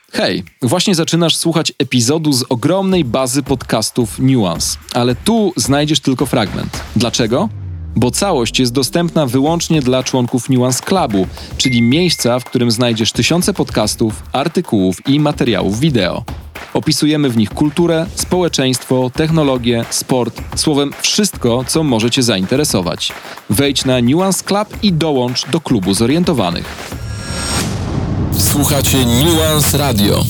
Hej, właśnie zaczynasz słuchać epizodu z ogromnej bazy podcastów Nuance, ale tu znajdziesz tylko fragment. Dlaczego? Bo całość jest dostępna wyłącznie dla członków Nuance Clubu, czyli miejsca, w którym znajdziesz tysiące podcastów, artykułów i materiałów wideo. Opisujemy w nich kulturę, społeczeństwo, technologię, sport, słowem wszystko, co może Cię zainteresować. Wejdź na Nuance Club i dołącz do klubu zorientowanych. Słuchacie Nuance Radio.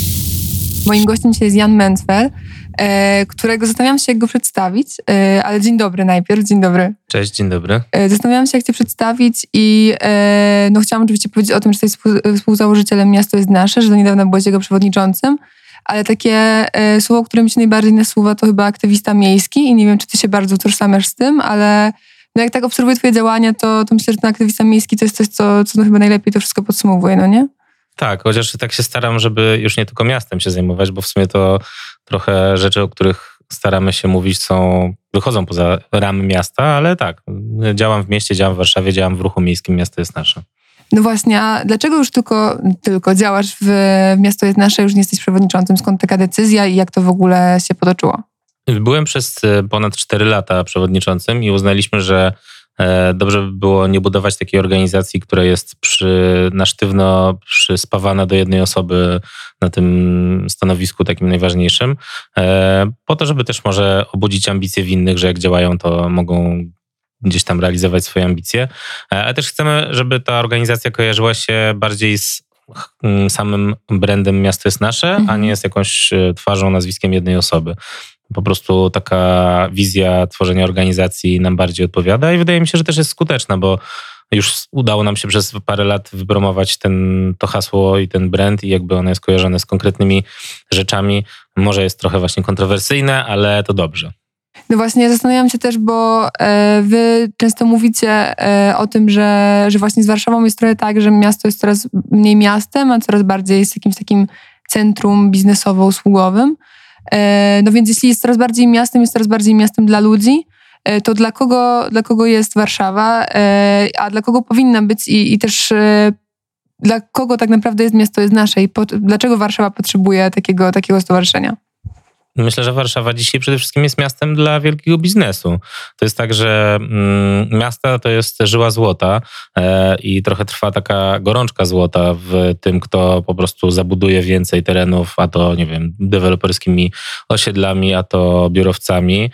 Moim gościem dzisiaj jest Jan Mencfer, którego zastanawiam się, jak go przedstawić, ale dzień dobry najpierw, dzień dobry. Cześć, dzień dobry. Zastanawiałam się, jak Cię przedstawić i chciałam oczywiście powiedzieć o tym, że jesteś współzałożycielem Miasto jest Nasze, że do niedawna byłeś jego przewodniczącym, ale takie słowo, które mi się najbardziej nasuwa, to chyba aktywista miejski i nie wiem, czy Ty się bardzo utożsamiasz z tym, ale jak tak obserwuję Twoje działania, to myślę, że ten aktywista miejski to jest coś, co chyba najlepiej to wszystko podsumowuje, no nie? Tak, chociaż tak się staram, żeby już nie tylko miastem się zajmować, bo w sumie to trochę rzeczy, o których staramy się mówić, wychodzą poza ramy miasta, ale tak, działam w mieście, działam w Warszawie, działam w ruchu miejskim, Miasto jest Nasze. No właśnie, a dlaczego już tylko działasz w Miasto jest Nasze, już nie jesteś przewodniczącym? Skąd taka decyzja i jak to w ogóle się potoczyło? Byłem przez ponad 4 lata przewodniczącym i uznaliśmy, że dobrze by było nie budować takiej organizacji, która jest na sztywno przyspawana do jednej osoby na tym stanowisku takim najważniejszym, po to, żeby też może obudzić ambicje w innych, że jak działają, to mogą gdzieś tam realizować swoje ambicje. Ale też chcemy, żeby ta organizacja kojarzyła się bardziej z samym brandem Miasto jest Nasze, a nie z jakąś twarzą, nazwiskiem jednej osoby. Po prostu taka wizja tworzenia organizacji nam bardziej odpowiada i wydaje mi się, że też jest skuteczna, bo już udało nam się przez parę lat wypromować to hasło i ten brand i jakby ono jest kojarzone z konkretnymi rzeczami. Może jest trochę właśnie kontrowersyjne, ale to dobrze. No właśnie, zastanawiam się też, bo wy często mówicie o tym, że właśnie z Warszawą jest trochę tak, że miasto jest coraz mniej miastem, a coraz bardziej jest jakimś takim centrum biznesowo-usługowym. No więc jeśli jest coraz bardziej miastem dla ludzi, to dla kogo jest Warszawa, a dla kogo powinna być i też dla kogo tak naprawdę jest Miasto jest Nasze i dlaczego Warszawa potrzebuje takiego stowarzyszenia? Myślę, że Warszawa dzisiaj przede wszystkim jest miastem dla wielkiego biznesu. To jest tak, że miasta to jest żyła złota i trochę trwa taka gorączka złota w tym, kto po prostu zabuduje więcej terenów, a to, nie wiem, deweloperskimi osiedlami, a to biurowcami.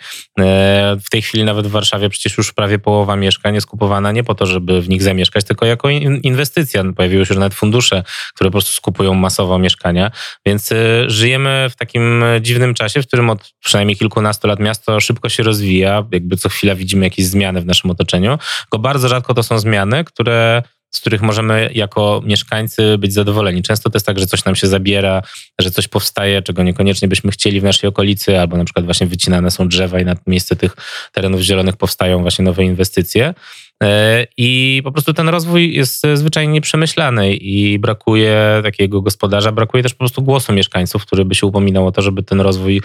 W tej chwili nawet w Warszawie przecież już prawie połowa mieszkań jest kupowana nie po to, żeby w nich zamieszkać, tylko jako inwestycja. Pojawiły się już nawet fundusze, które po prostu skupują masowo mieszkania, więc żyjemy w takim dziwnym czasie, w którym od przynajmniej kilkunastu lat miasto szybko się rozwija, jakby co chwila widzimy jakieś zmiany w naszym otoczeniu, tylko bardzo rzadko to są zmiany, z których możemy jako mieszkańcy być zadowoleni. Często to jest tak, że coś nam się zabiera, że coś powstaje, czego niekoniecznie byśmy chcieli w naszej okolicy, albo na przykład właśnie wycinane są drzewa i na miejsce tych terenów zielonych powstają właśnie nowe inwestycje. I po prostu ten rozwój jest zwyczajnie nieprzemyślany i brakuje takiego gospodarza, brakuje też po prostu głosu mieszkańców, który by się upominał o to, żeby ten rozwój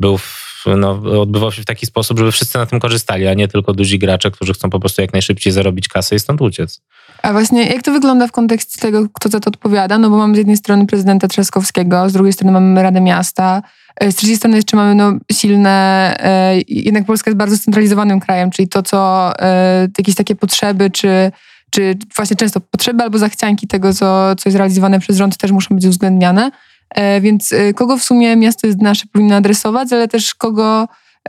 odbywał się w taki sposób, żeby wszyscy na tym korzystali, a nie tylko duzi gracze, którzy chcą po prostu jak najszybciej zarobić kasę i stąd uciec. A właśnie jak to wygląda w kontekście tego, kto za to odpowiada? No bo mamy z jednej strony prezydenta Trzaskowskiego, z drugiej strony mamy Radę Miasta, z trzeciej strony jeszcze mamy silne, jednak Polska jest bardzo scentralizowanym krajem, czyli to, co jakieś takie potrzeby, czy właśnie często potrzeby albo zachcianki tego, co jest realizowane przez rząd, też muszą być uwzględniane. Więc kogo w sumie Miasto jest Nasze powinno adresować, ale też kogo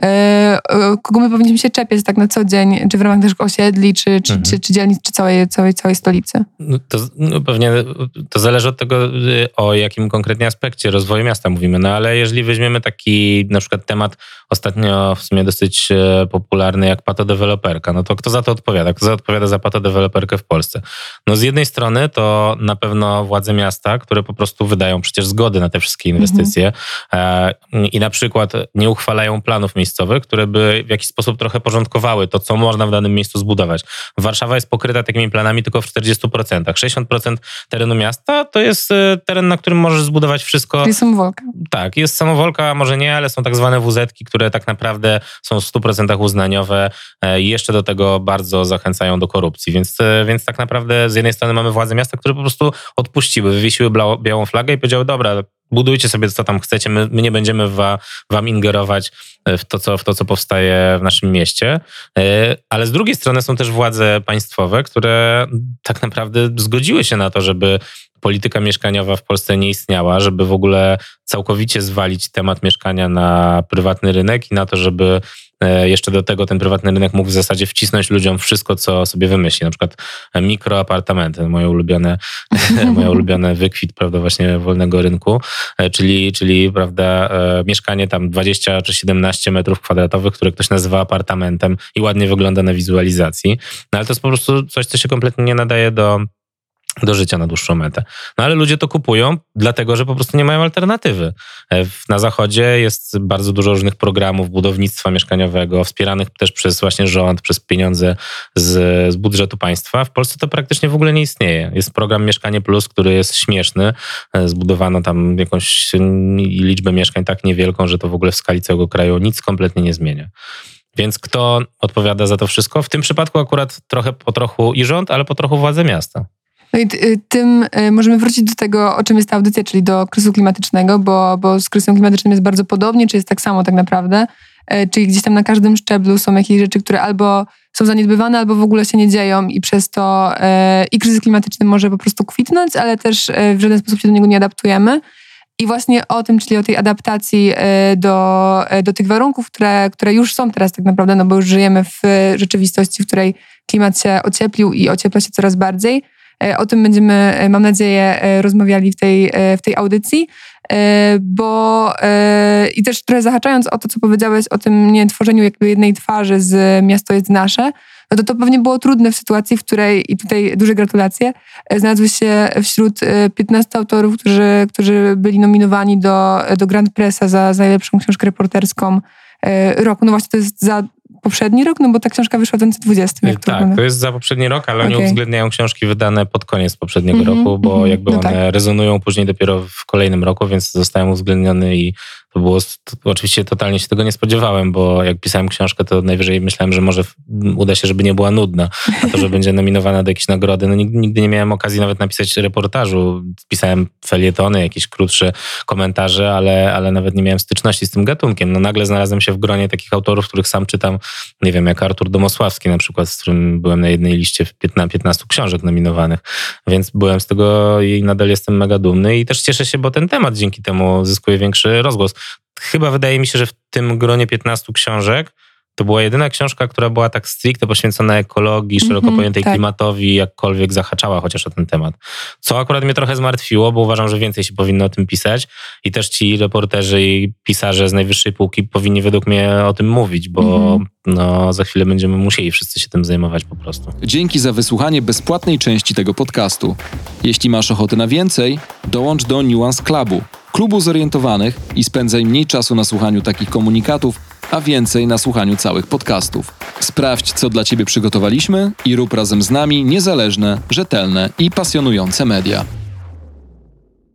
my powinniśmy się czepiać tak na co dzień, czy w ramach naszych osiedli, czy dzielnic, czy całej stolicy? Pewnie to zależy od tego, o jakim konkretnie aspekcie rozwoju miasta mówimy. No ale jeżeli weźmiemy taki na przykład temat ostatnio w sumie dosyć popularny jak patodeweloperka, no to kto za to odpowiada? Kto odpowiada za patodeweloperkę w Polsce? No z jednej strony to na pewno władze miasta, które po prostu wydają przecież zgody na te wszystkie inwestycje i na przykład nie uchwalają planów miejskich miejscowych, które by w jakiś sposób trochę porządkowały to, co można w danym miejscu zbudować. Warszawa jest pokryta takimi planami tylko w 40%. 60% terenu miasta to jest teren, na którym możesz zbudować wszystko. Jest samowolka. Tak, jest samowolka, może nie, ale są tak zwane WZ-ki, które tak naprawdę są w 100% uznaniowe i jeszcze do tego bardzo zachęcają do korupcji. Więc tak naprawdę z jednej strony mamy władze miasta, które po prostu odpuściły, wywiesiły białą flagę i powiedziały, dobra, budujcie sobie co tam chcecie, my nie będziemy wam ingerować w to, co powstaje w naszym mieście. Ale z drugiej strony są też władze państwowe, które tak naprawdę zgodziły się na to, żeby polityka mieszkaniowa w Polsce nie istniała, żeby w ogóle całkowicie zwalić temat mieszkania na prywatny rynek i na to, żeby jeszcze do tego ten prywatny rynek mógł w zasadzie wcisnąć ludziom wszystko, co sobie wymyśli. Na przykład mikroapartamenty, moje ulubione wykwit, prawda, właśnie wolnego rynku, czyli prawda, mieszkanie tam 20 czy 17 metrów kwadratowych, które ktoś nazywa apartamentem i ładnie wygląda na wizualizacji. No ale to jest po prostu coś, co się kompletnie nie nadaje do życia na dłuższą metę. No ale ludzie to kupują, dlatego że po prostu nie mają alternatywy. Na Zachodzie jest bardzo dużo różnych programów budownictwa mieszkaniowego, wspieranych też przez właśnie rząd, przez pieniądze z budżetu państwa. W Polsce to praktycznie w ogóle nie istnieje. Jest program Mieszkanie Plus, który jest śmieszny. Zbudowano tam jakąś liczbę mieszkań tak niewielką, że to w ogóle w skali całego kraju nic kompletnie nie zmienia. Więc kto odpowiada za to wszystko? W tym przypadku akurat trochę po trochu i rząd, ale po trochu władze miasta. No i tym możemy wrócić do tego, o czym jest ta audycja, czyli do kryzysu klimatycznego, bo z kryzysem klimatycznym jest bardzo podobnie, czy jest tak samo tak naprawdę. Czyli gdzieś tam na każdym szczeblu są jakieś rzeczy, które albo są zaniedbywane, albo w ogóle się nie dzieją i przez to i kryzys klimatyczny może po prostu kwitnąć, ale też w żaden sposób się do niego nie adaptujemy. I właśnie o tym, czyli o tej adaptacji do tych warunków, które już są teraz tak naprawdę, no bo już żyjemy w rzeczywistości, w której klimat się ocieplił i ociepla się coraz bardziej. O tym będziemy, mam nadzieję, rozmawiali w tej audycji, bo i też trochę zahaczając o to, co powiedziałeś o tym tworzeniu jakby jednej twarzy z Miasto jest nasze, no to pewnie było trudne w sytuacji, w której, i tutaj duże gratulacje, znalazły się wśród 15 autorów, którzy byli nominowani do Grand Pressa za najlepszą książkę reporterską roku. No właśnie to jest za poprzedni rok, no bo ta książka wyszła w 2020. Tak, to jest za poprzedni rok, ale oni uwzględniają książki wydane pod koniec poprzedniego roku, bo jakby one rezonują później dopiero w kolejnym roku, więc zostają uwzględnione i to było, oczywiście totalnie się tego nie spodziewałem, bo jak pisałem książkę, to najwyżej myślałem, że może uda się, żeby nie była nudna, a to, że będzie nominowana do jakiejś nagrody. No nigdy nie miałem okazji nawet napisać reportażu. Pisałem felietony, jakieś krótsze komentarze, ale nawet nie miałem styczności z tym gatunkiem. No nagle znalazłem się w gronie takich autorów, których sam czytam, nie wiem, jak Artur Domosławski na przykład, z którym byłem na jednej liście 15 książek nominowanych, więc byłem z tego i nadal jestem mega dumny i też cieszę się, bo ten temat dzięki temu zyskuje większy rozgłos. Chyba wydaje mi się, że w tym gronie 15 książek to była jedyna książka, która była tak stricte poświęcona ekologii, szeroko pojętej klimatowi, jakkolwiek zahaczała chociaż o ten temat. Co akurat mnie trochę zmartwiło, bo uważam, że więcej się powinno o tym pisać i też ci reporterzy i pisarze z najwyższej półki powinni według mnie o tym mówić, bo za chwilę będziemy musieli wszyscy się tym zajmować po prostu. Dzięki za wysłuchanie bezpłatnej części tego podcastu. Jeśli masz ochotę na więcej, dołącz do Nuance Clubu, klubu zorientowanych i spędzaj mniej czasu na słuchaniu takich komunikatów, a więcej na słuchaniu całych podcastów. Sprawdź, co dla Ciebie przygotowaliśmy i rób razem z nami niezależne, rzetelne i pasjonujące media.